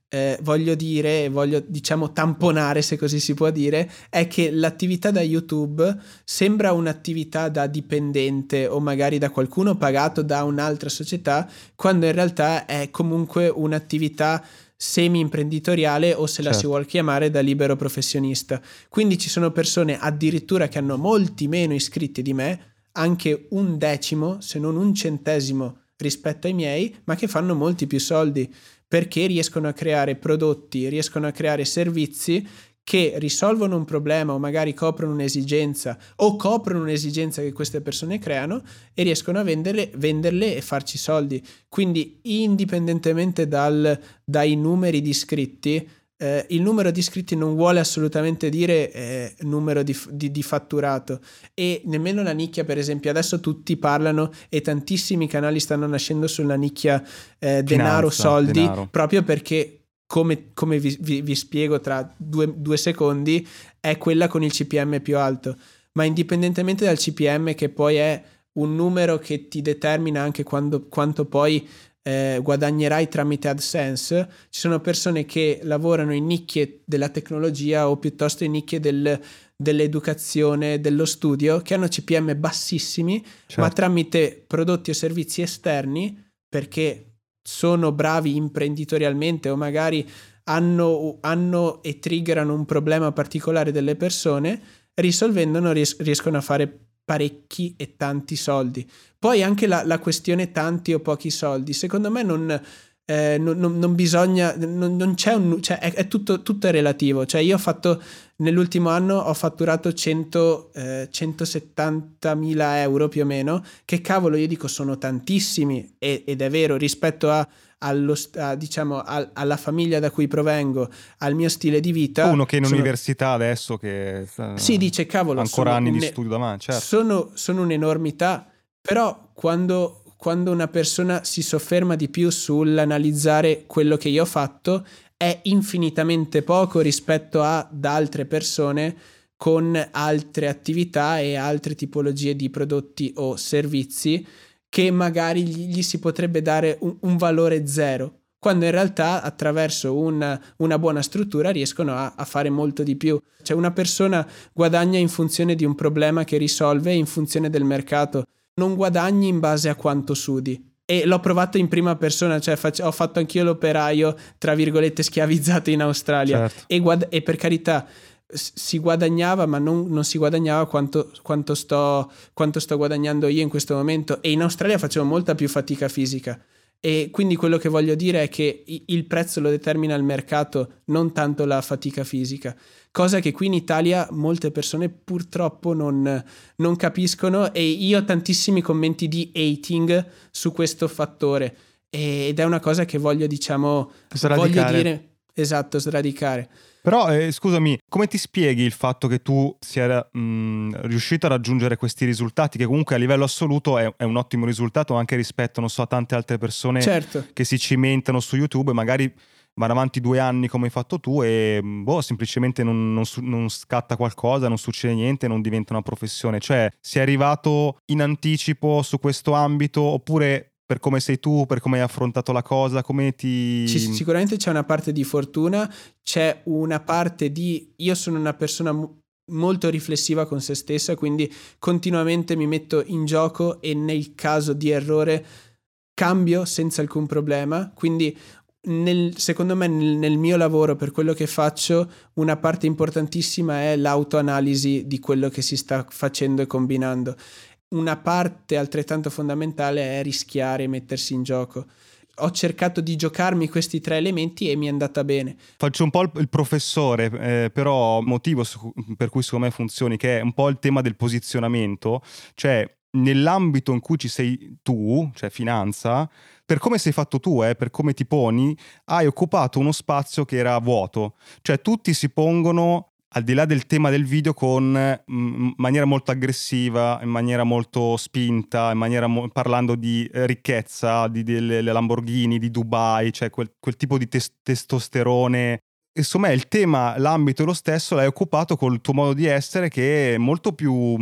eh, voglio dire, voglio diciamo tamponare, se così si può dire, è che l'attività da YouTube sembra un'attività da dipendente o magari da qualcuno pagato da un'altra società, quando in realtà è comunque un'attività semi-imprenditoriale o, se la
certo.
si vuol chiamare, da libero professionista. Quindi ci sono persone addirittura che hanno molti meno iscritti di me, anche un decimo se non un centesimo rispetto ai miei, ma che fanno molti più soldi perché riescono a creare prodotti, riescono a creare servizi che risolvono un problema o magari coprono un'esigenza o coprono un'esigenza che queste persone creano e riescono a venderle, venderle e farci soldi. Quindi indipendentemente dal, dai numeri di iscritti, eh, il numero di iscritti non vuole assolutamente dire eh, numero di, di, di fatturato, e nemmeno la nicchia. Per esempio adesso tutti parlano e tantissimi canali stanno nascendo sulla nicchia eh, denaro,
Finanza,
soldi,
denaro.
proprio perché come, come vi, vi, vi spiego tra due, due secondi, è quella con il C P M più alto. Ma indipendentemente dal C P M, che poi è un numero che ti determina anche quando, quanto poi eh, guadagnerai tramite AdSense, ci sono persone che lavorano in nicchie della tecnologia o piuttosto in nicchie del, dell'educazione, dello studio, che hanno C P M bassissimi,
Certo.
ma tramite prodotti o servizi esterni, perché sono bravi imprenditorialmente o magari hanno, hanno e triggerano un problema particolare delle persone, risolvendono ries- riescono a fare parecchi e tanti soldi. Poi anche la, la questione tanti o pochi soldi, secondo me non, eh, non, non, non bisogna, non, non c'è un, cioè è, è tutto, tutto è relativo. Cioè io ho fatto, nell'ultimo anno ho fatturato cento, eh, centosettantamila euro più o meno, che cavolo, io dico sono tantissimi, e, ed è vero rispetto a allo, a, diciamo a, alla famiglia da cui provengo, al mio stile di vita.
Uno che in
sono...
università adesso che
si dice cavolo,
ancora anni
un...
di studio davanti, certo.
sono, sono un'enormità, però quando, quando una persona si sofferma di più sull'analizzare quello che io ho fatto, è infinitamente poco rispetto ad altre persone con altre attività e altre tipologie di prodotti o servizi che magari gli, gli si potrebbe dare un, un valore zero, quando in realtà attraverso una, una buona struttura riescono a, a fare molto di più. Cioè una persona guadagna in funzione di un problema che risolve, in funzione del mercato, non guadagni in base a quanto sudi. E l'ho provato in prima persona, cioè faccio, ho fatto anch'io l'operaio, tra virgolette, schiavizzato in Australia,
certo.
e, guad- e per carità si guadagnava, ma non, non si guadagnava quanto, quanto, sto, quanto sto guadagnando io in questo momento, e in Australia facevo molta più fatica fisica. E quindi quello che voglio dire è che il prezzo lo determina il mercato, non tanto la fatica fisica, cosa che qui in Italia molte persone purtroppo non, non capiscono, e io ho tantissimi commenti di hating su questo fattore, ed è una cosa che voglio, diciamo,
Sradicare.
voglio dire, esatto, sradicare.
Però eh, scusami, come ti spieghi il fatto che tu sia mh, riuscito a raggiungere questi risultati, che comunque a livello assoluto è, è un ottimo risultato anche rispetto, non so, a tante altre persone
Certo.
che si cimentano su YouTube e magari vanno avanti due anni come hai fatto tu e boh, semplicemente non, non, non scatta qualcosa, non succede niente, non diventa una professione. Cioè, sei arrivato in anticipo su questo ambito, oppure per come sei tu, per come hai affrontato la cosa, come ti...
Ci, sicuramente c'è una parte di fortuna, c'è una parte di... Io sono una persona mo- molto riflessiva con se stessa, quindi continuamente mi metto in gioco e nel caso di errore cambio senza alcun problema. Quindi nel, secondo me nel, nel mio lavoro, per quello che faccio, una parte importantissima è l'autoanalisi di quello che si sta facendo e combinando. Una parte altrettanto fondamentale è rischiare e mettersi in gioco. Ho cercato di giocarmi questi tre elementi e mi è andata bene.
Faccio un po' il, il professore, eh, però motivo su, per cui secondo me funzioni, che è un po' il tema del posizionamento, cioè nell'ambito in cui ci sei tu, cioè finanza, per come sei fatto tu, eh, per come ti poni, hai occupato uno spazio che era vuoto. Cioè tutti si pongono, al di là del tema del video, con in maniera molto aggressiva, in maniera molto spinta, in maniera mo- parlando di eh, ricchezza, di delle Lamborghini, di Dubai, cioè quel, quel tipo di tes- testosterone. Insomma, il tema, l'ambito è lo stesso, l'hai occupato col tuo modo di essere, che è molto più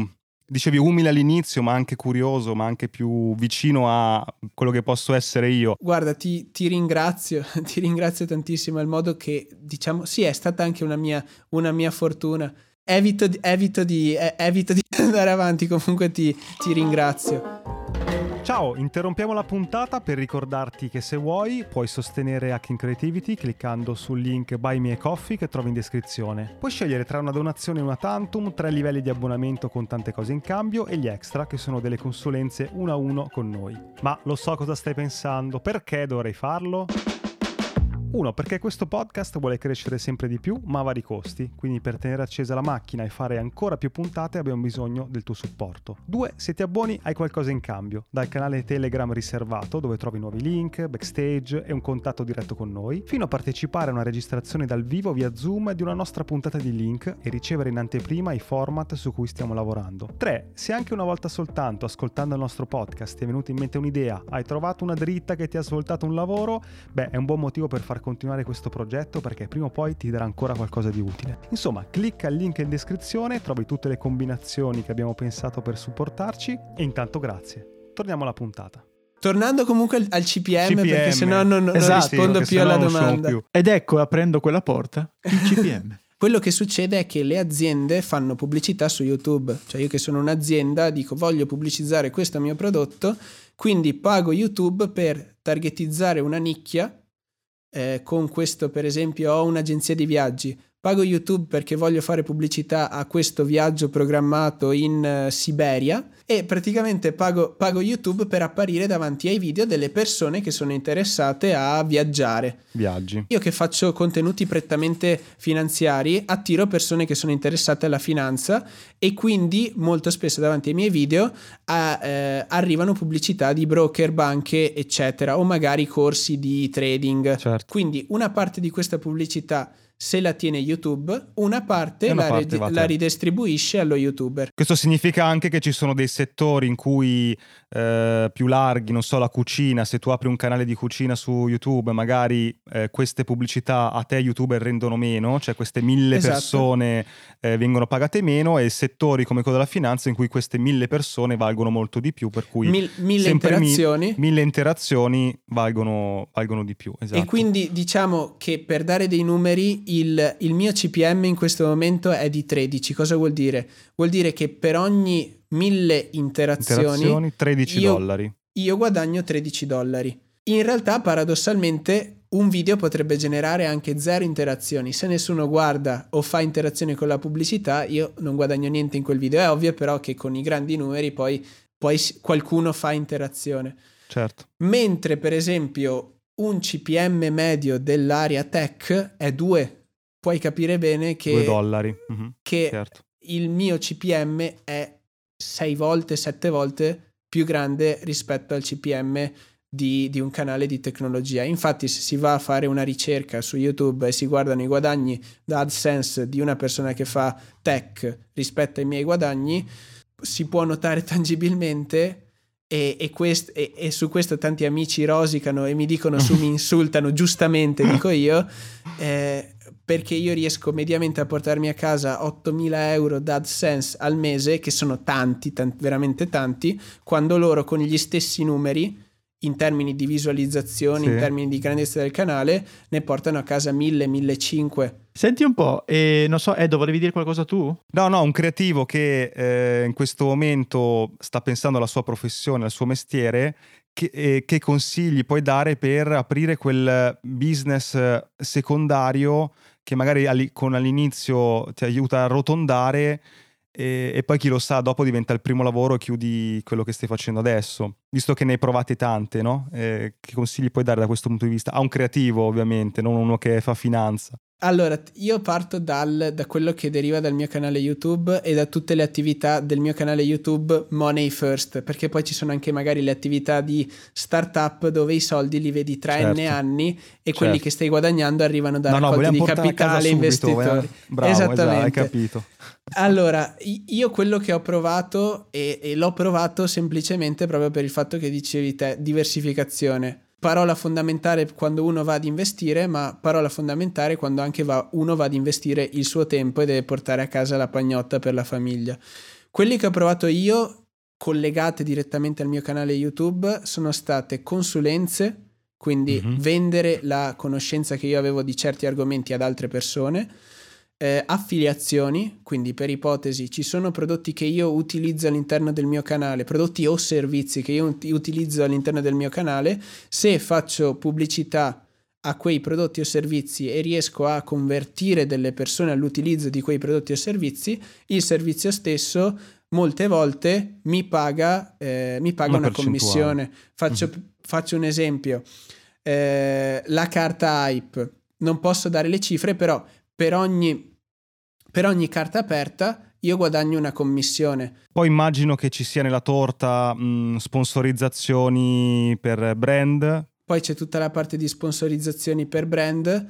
dicevi umile all'inizio, ma anche curioso, ma anche più vicino a quello che posso essere io.
Guarda, ti, ti ringrazio, ti ringrazio tantissimo, il modo che, diciamo, sì, è stata anche una mia, una mia fortuna. Evito, di- evito, di, eh, evito di andare avanti, comunque ti, ti ringrazio.
Ciao, interrompiamo la puntata per ricordarti che se vuoi puoi sostenere Hacking Creativity cliccando sul link Buy Me a Coffee che trovi in descrizione. Puoi scegliere tra una donazione e una tantum, tre livelli di abbonamento con tante cose in cambio e gli extra che sono delle consulenze uno a uno con noi. Ma lo so cosa stai pensando, perché dovrei farlo? Uno, perché questo podcast vuole crescere sempre di più, ma a vari costi, quindi per tenere accesa la macchina e fare ancora più puntate abbiamo bisogno del tuo supporto. Due, se ti abboni hai qualcosa in cambio, dal canale Telegram riservato dove trovi nuovi link, backstage e un contatto diretto con noi, fino a partecipare a una registrazione dal vivo via Zoom di una nostra puntata di link e ricevere in anteprima i format su cui stiamo lavorando. Tre, se anche una volta soltanto ascoltando il nostro podcast ti è venuta in mente un'idea, hai trovato una dritta che ti ha svoltato un lavoro, beh, è un buon motivo per far continuare questo progetto perché prima o poi ti darà ancora qualcosa di utile. Insomma, clicca il link in descrizione, trovi tutte le combinazioni che abbiamo pensato per supportarci e intanto grazie. Torniamo alla puntata.
Tornando comunque al, al C P M,
C P M,
perché sennò non, non
esatto,
rispondo
perché
più alla
sennò non sono
domanda.
più.
Ed ecco, aprendo quella porta, il C P M.
Quello che succede è che le aziende fanno pubblicità su YouTube, cioè io che sono un'azienda dico voglio pubblicizzare questo mio prodotto, quindi pago YouTube per targetizzare una nicchia. Eh, con questo, per esempio, ho un'agenzia di viaggi, pago YouTube perché voglio fare pubblicità a questo viaggio programmato in uh, Siberia e praticamente pago, pago YouTube per apparire davanti ai video delle persone che sono interessate a viaggiare.
Viaggi.
Io che faccio contenuti prettamente finanziari attiro persone che sono interessate alla finanza e quindi molto spesso davanti ai miei video a, eh, arrivano pubblicità di broker, banche eccetera o magari corsi di trading.
Certo.
Quindi una parte di questa pubblicità se la tiene YouTube, una parte,
una
la,
parte
re- la ridistribuisce allo YouTuber.
Questo significa anche che ci sono dei settori in cui eh, più larghi, non so, la cucina, se tu apri un canale di cucina su YouTube, magari eh, queste pubblicità a te YouTuber rendono meno, cioè queste mille
Esatto.
persone eh, vengono pagate meno e settori come quello della finanza in cui queste mille persone valgono molto di più, per cui
Mil- mille
sempre
interazioni.
Mi- mille interazioni valgono, valgono di più. Esatto.
E quindi diciamo che per dare dei numeri il, il mio C P M in questo momento è di tredici. Cosa vuol dire? Vuol dire che per ogni mille interazioni,
interazioni tredici
io,
dollari.
Io guadagno tredici dollari. In realtà paradossalmente un video potrebbe generare anche zero interazioni. Se nessuno guarda o fa interazione con la pubblicità, io non guadagno niente in quel video. È ovvio però che con i grandi numeri poi, poi qualcuno fa interazione.
Certo.
Mentre per esempio un C P M medio dell'area tech è due. Puoi capire bene che,
due dollari. Mm-hmm.
che
certo.
il mio C P M è sei volte, sette volte più grande rispetto al C P M di, di un canale di tecnologia. Infatti se si va a fare una ricerca su YouTube e si guardano i guadagni da AdSense di una persona che fa tech rispetto ai miei guadagni, si può notare tangibilmente e, e, quest, e, e su questo tanti amici rosicano e mi dicono su mi insultano, giustamente dico io, eh, perché io riesco mediamente a portarmi a casa ottomila euro da AdSense al mese, che sono tanti, tanti, veramente tanti, quando loro con gli stessi numeri, in termini di visualizzazioni,
sì.
in termini di grandezza del canale, ne portano a casa mille, millecinquecento.
Senti un po', e non so, Edo, volevi dire qualcosa tu?
No, no, un creativo che eh, in questo momento sta pensando alla sua professione, al suo mestiere, che, eh, che consigli puoi dare per aprire quel business secondario che magari con all'inizio ti aiuta a arrotondare e, e poi chi lo sa, dopo diventa il primo lavoro e chiudi quello che stai facendo adesso, visto che ne hai provate tante, no? Eh, che consigli puoi dare da questo punto di vista? A un creativo ovviamente, non uno che fa finanza.
Allora, io parto dal, da quello che deriva dal mio canale YouTube e da tutte le attività del mio canale YouTube Money First, perché poi ci sono anche magari le attività di startup dove i soldi li vedi tra
certo.
n anni e
certo.
quelli che stai guadagnando arrivano da
no,
raccolte
no,
di
capitale,
capitale, investitori.
Vogliamo... Bravo,
Esattamente.
Esatto, hai capito.
Allora, io quello che ho provato e, e l'ho provato semplicemente proprio per il fatto che dicevi te, diversificazione. Parola fondamentale quando uno va ad investire, ma parola fondamentale quando anche va, uno va ad investire il suo tempo e deve portare a casa la pagnotta per la famiglia. quelli che ho provato io, collegate direttamente al mio canale YouTube, sono state consulenze, quindi mm-hmm. vendere la conoscenza che io avevo di certi argomenti ad altre persone, eh, affiliazioni, quindi per ipotesi ci sono prodotti che io utilizzo all'interno del mio canale, prodotti o servizi che io utilizzo all'interno del mio canale, se faccio pubblicità a quei prodotti o servizi e riesco a convertire delle persone all'utilizzo di quei prodotti o servizi, il servizio stesso molte volte mi paga, eh, mi paga una, una commissione. Faccio, mm-hmm. faccio un esempio, eh, la carta Hype, non posso dare le cifre, però per ogni, per ogni carta aperta io guadagno una commissione.
Poi immagino che ci sia nella torta mh, sponsorizzazioni per brand.
Poi c'è tutta la parte di sponsorizzazioni per brand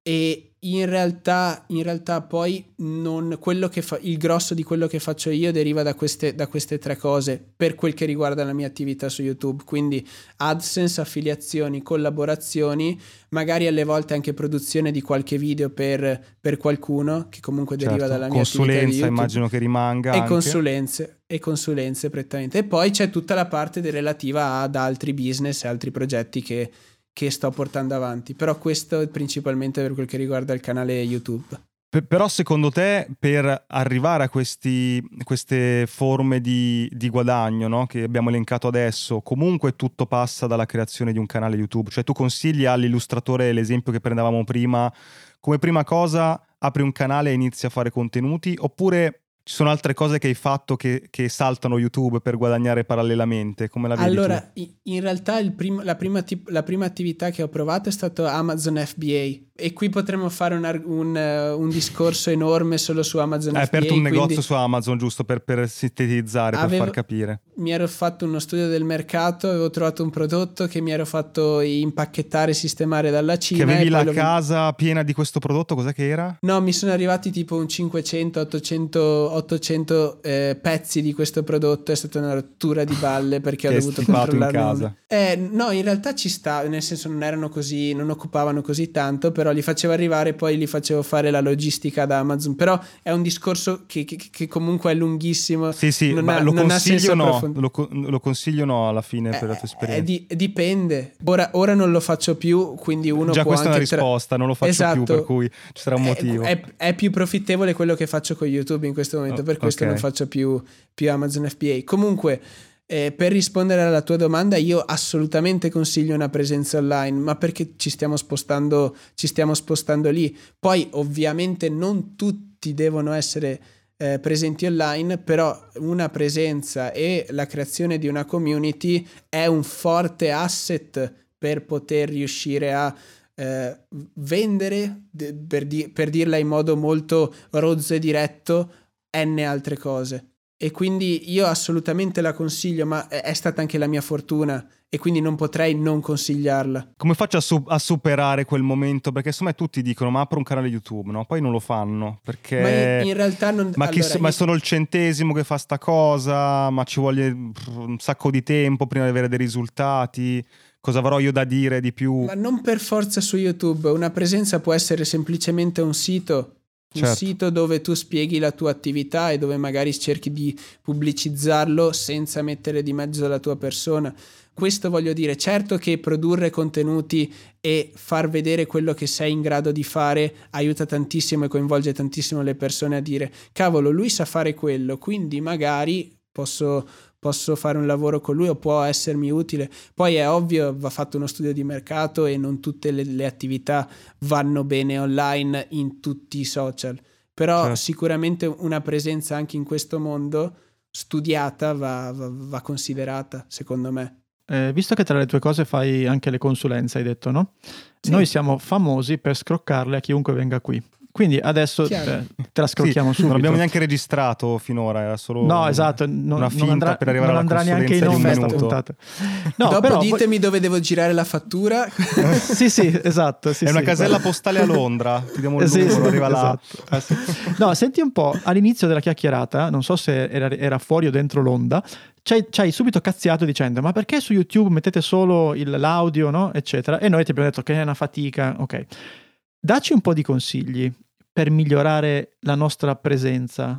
e in realtà, in realtà poi non, quello che fa, il grosso di quello che faccio io deriva da queste, da queste tre cose per quel che riguarda la mia attività su YouTube, quindi AdSense, affiliazioni, collaborazioni, magari alle volte anche produzione di qualche video per, per qualcuno che comunque deriva certo, dalla mia attività di YouTube.
Consulenza immagino che rimanga
e
anche.
consulenze e consulenze prettamente, e poi c'è tutta la parte relativa ad altri business e altri progetti che che sto portando avanti, però questo è principalmente per quel che riguarda il canale YouTube.
P- però secondo te per arrivare a questi, queste forme di, di guadagno, no? Che abbiamo elencato adesso, comunque tutto passa dalla creazione di un canale YouTube, cioè tu consigli all'illustratore l'esempio che prendevamo prima, come prima cosa apri un canale e inizi a fare contenuti, oppure ci sono altre cose che hai fatto che, che saltano YouTube per guadagnare parallelamente? Come la vedi
allora,
tu?
In realtà il prim- la, prima tip- la prima attività che ho provato è stato Amazon F B A, e qui potremmo fare un, ar- un, uh, un discorso enorme solo su Amazon
Hai
F B A.
Hai aperto un negozio
quindi...
su Amazon, giusto per, per sintetizzare,
avevo...
per far capire.
Mi ero fatto uno studio del mercato, avevo trovato un prodotto che mi ero fatto impacchettare e sistemare dalla Cina.
Che avevi
e
la
lo...
casa piena di questo prodotto, cos'è che era?
No, mi sono arrivati tipo un cinquecento ottocento, ottocento eh, pezzi di questo prodotto, è stata una rottura di balle perché ho dovuto controllarlo
in casa.
Eh, no, in realtà ci sta, nel senso non erano così, non occupavano così tanto, però li facevo arrivare e poi li facevo fare la logistica da Amazon, però è un discorso che, che, che comunque è lunghissimo.
Sì, sì,
non
ma
ha,
lo
non
consiglio
ha
no, lo, lo consiglio no alla fine
eh,
per la tua esperienza.
Eh, di, dipende, ora, ora non lo faccio più, quindi uno
già
può
questa
anche
è una risposta, tra... non lo faccio
esatto.
più, per cui ci sarà un motivo.
È, è, è più profittevole quello che faccio con YouTube in questo momento, oh, per questo okay. non faccio più, più Amazon F B A. Comunque, Eh, per rispondere alla tua domanda, io assolutamente consiglio una presenza online, ma perché ci stiamo spostando, ci stiamo spostando lì. Poi ovviamente non tutti devono essere eh, presenti online, però una presenza e la creazione di una community è un forte asset per poter riuscire a eh, vendere, de- per, di- per dirla in modo molto rozzo e diretto, n altre cose. E quindi io assolutamente la consiglio, ma è stata anche la mia fortuna e quindi non potrei non consigliarla.
Come faccio a, su- a superare quel momento? Perché insomma tutti dicono ma apro un canale YouTube, no? Poi non lo fanno perché...
Ma in, in realtà non...
Ma,
allora,
chi, io... ma sono il centesimo che fa sta cosa, ma ci vuole un sacco di tempo prima di avere dei risultati... Cosa avrò io da dire di più?
Ma non per forza su YouTube, una presenza può essere semplicemente un sito... Un certo. sito dove tu spieghi la tua attività e dove magari cerchi di pubblicizzarlo senza mettere di mezzo la tua persona. Questo voglio dire, certo che produrre contenuti e far vedere quello che sei in grado di fare aiuta tantissimo e coinvolge tantissimo le persone a dire cavolo, lui sa fare quello, quindi magari posso... posso fare un lavoro con lui o può essermi utile. Poi è ovvio, va fatto uno studio di mercato e non tutte le, le attività vanno bene online in tutti i social, però certo. Sicuramente una presenza anche in questo mondo studiata va, va, va considerata, secondo me.
Eh, visto che tra le tue cose fai anche le consulenze, hai detto, no? Sì. Noi siamo famosi per scroccarle a chiunque venga qui. Quindi adesso te, te la scrocchiamo
sì,
subito.
Non abbiamo neanche registrato finora, era solo
no, esatto, non,
una finta
non andrà,
per arrivare
non
alla
andrà neanche in onda sta puntata.
No, Dopo però, ditemi voi... dove devo girare la fattura.
Sì, sì, esatto. Sì,
È
sì,
una casella
guarda.
postale a Londra, ti diamo il
sì,
numero,
sì,
arriva
esatto.
là.
Ah, sì. No, senti un po', all'inizio della chiacchierata, non so se era, era fuori o dentro l'onda, ci hai subito cazziato dicendo ma perché su YouTube mettete solo il, l'audio, no? Eccetera. E noi ti abbiamo detto che è una fatica. Ok, dacci un po' di consigli per migliorare la nostra presenza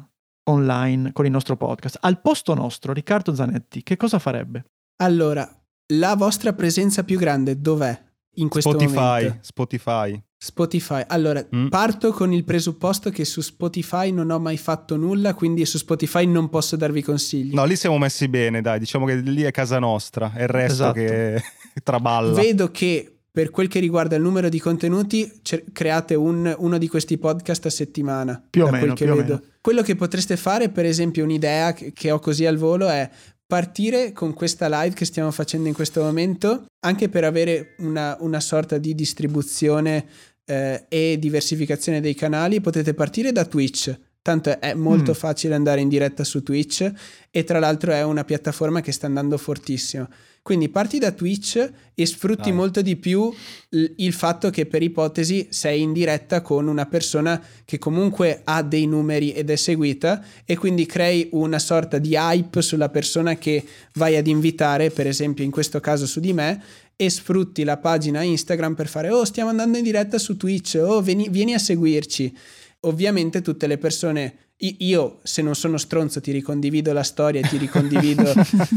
online con il nostro podcast, al posto nostro, Riccardo Zanetti, che cosa farebbe?
Allora, la vostra presenza più grande dov'è in questo
Spotify,
momento?
Spotify.
Spotify. Allora,
Mm.
parto con il presupposto che su Spotify non ho mai fatto nulla, quindi su Spotify non posso darvi consigli.
No, lì siamo messi bene, dai, diciamo che lì è casa nostra, è il resto
Esatto.
che traballa.
Vedo che per quel che riguarda il numero di contenuti cer- create un, uno di questi podcast a settimana.
Più o
da
meno,
quel che
più o
vedo.
meno.
Quello che potreste fare, per esempio, un'idea che, che ho così al volo è partire con questa live che stiamo facendo in questo momento, anche per avere una, una sorta di distribuzione eh, e diversificazione dei canali. Potete partire da Twitch. Tanto è molto
Mm.
facile andare in diretta su Twitch e tra l'altro è una piattaforma che sta andando fortissimo. Quindi parti da Twitch e sfrutti
Dai.
molto di più l- il fatto che per ipotesi sei in diretta con una persona che comunque ha dei numeri ed è seguita, e quindi crei una sorta di hype sulla persona che vai ad invitare, per esempio in questo caso su di me, e sfrutti la pagina Instagram per fare oh stiamo andando in diretta su Twitch, oh vieni, vieni a seguirci. Ovviamente tutte le persone, i- io se non sono stronzo ti ricondivido la storia e ti ricondivido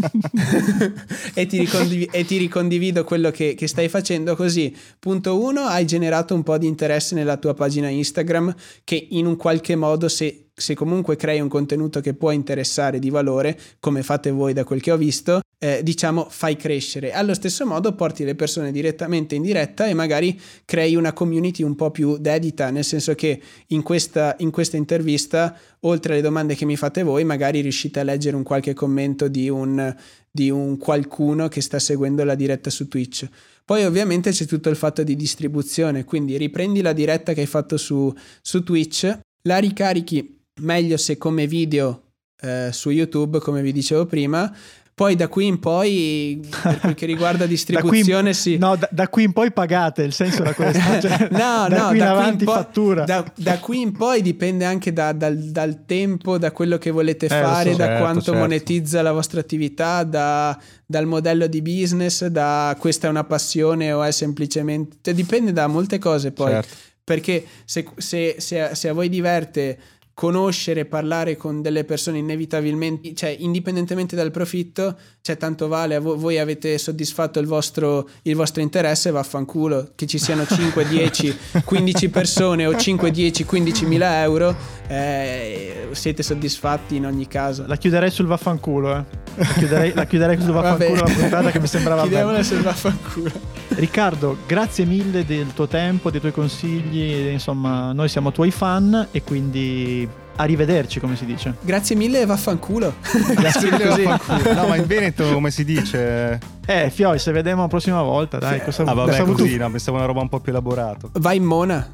e, ti ricondivi- e ti ricondivido quello che, che stai facendo, così punto uno hai generato un po' di interesse nella tua pagina Instagram, che in un qualche modo se, se comunque crei un contenuto che può interessare di valore, come fate voi da quel che ho visto, eh, diciamo fai crescere. Allo stesso modo porti le persone direttamente in diretta e magari crei una community un po' più dedita, nel senso che in questa, in questa intervista, oltre alle domande che mi fate voi, magari riuscite a leggere un qualche commento di un, di un qualcuno che sta seguendo la diretta su Twitch. Poi ovviamente c'è tutto il fatto di distribuzione, quindi riprendi la diretta che hai fatto su, su Twitch, la ricarichi meglio se come video eh, su YouTube, come vi dicevo prima. Poi da qui in poi, per quel che riguarda distribuzione,
da qui in,
sì.
No, da, da qui in poi pagate, il senso era questo. Cioè,
no,
da
no,
qui in
da
avanti
qui in poi,
fattura.
Da, da qui in poi dipende anche da, dal, dal tempo, da quello che volete
Eh,
fare,
lo so.
da
Certo,
quanto
certo.
monetizza la vostra attività, da, dal modello di business, da questa è una passione o è semplicemente... Cioè, dipende da molte cose poi.
Certo.
Perché se, se, se, a, se a voi diverte conoscere, parlare con delle persone, inevitabilmente, cioè indipendentemente dal profitto, cioè tanto vale, vo- voi avete soddisfatto il vostro, il vostro interesse, vaffanculo, che ci siano cinque, dieci, quindici persone o cinque, dieci, quindici mila euro, eh, siete soddisfatti in ogni caso.
La chiuderei sul vaffanculo, eh. La chiuderei, la chiuderei sul vaffanculo,
Vabbè.
la puntata che mi sembrava bella.
Chiudiamola sul vaffanculo.
Riccardo, grazie mille del tuo tempo, dei tuoi consigli, insomma, noi siamo tuoi fan e quindi arrivederci, come si dice.
Grazie mille e vaffanculo.
Grazie mille,
Così.
vaffanculo. No, ma in Veneto come si dice?
Eh, Fioi, se vediamo la prossima volta, dai, cosa,
Ah vabbè,
cosa
così,
tu-
no, pensavo una roba un po' più elaborata.
Vai in mona.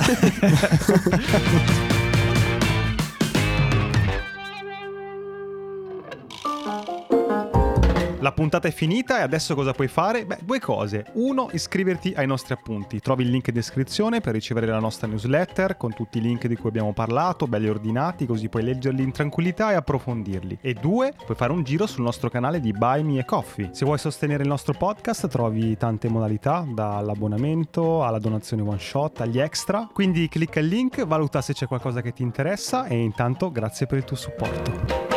La puntata è finita e adesso cosa puoi fare? Beh, due cose. Uno, iscriverti ai nostri appunti. Trovi il link in descrizione per ricevere la nostra newsletter con tutti i link di cui abbiamo parlato, belli ordinati, così puoi leggerli in tranquillità e approfondirli. E due, puoi fare un giro sul nostro canale di Buy Me a Coffee. Se vuoi sostenere il nostro podcast trovi tante modalità, dall'abbonamento alla donazione one shot, agli extra. Quindi clicca il link, valuta se c'è qualcosa che ti interessa e intanto grazie per il tuo supporto.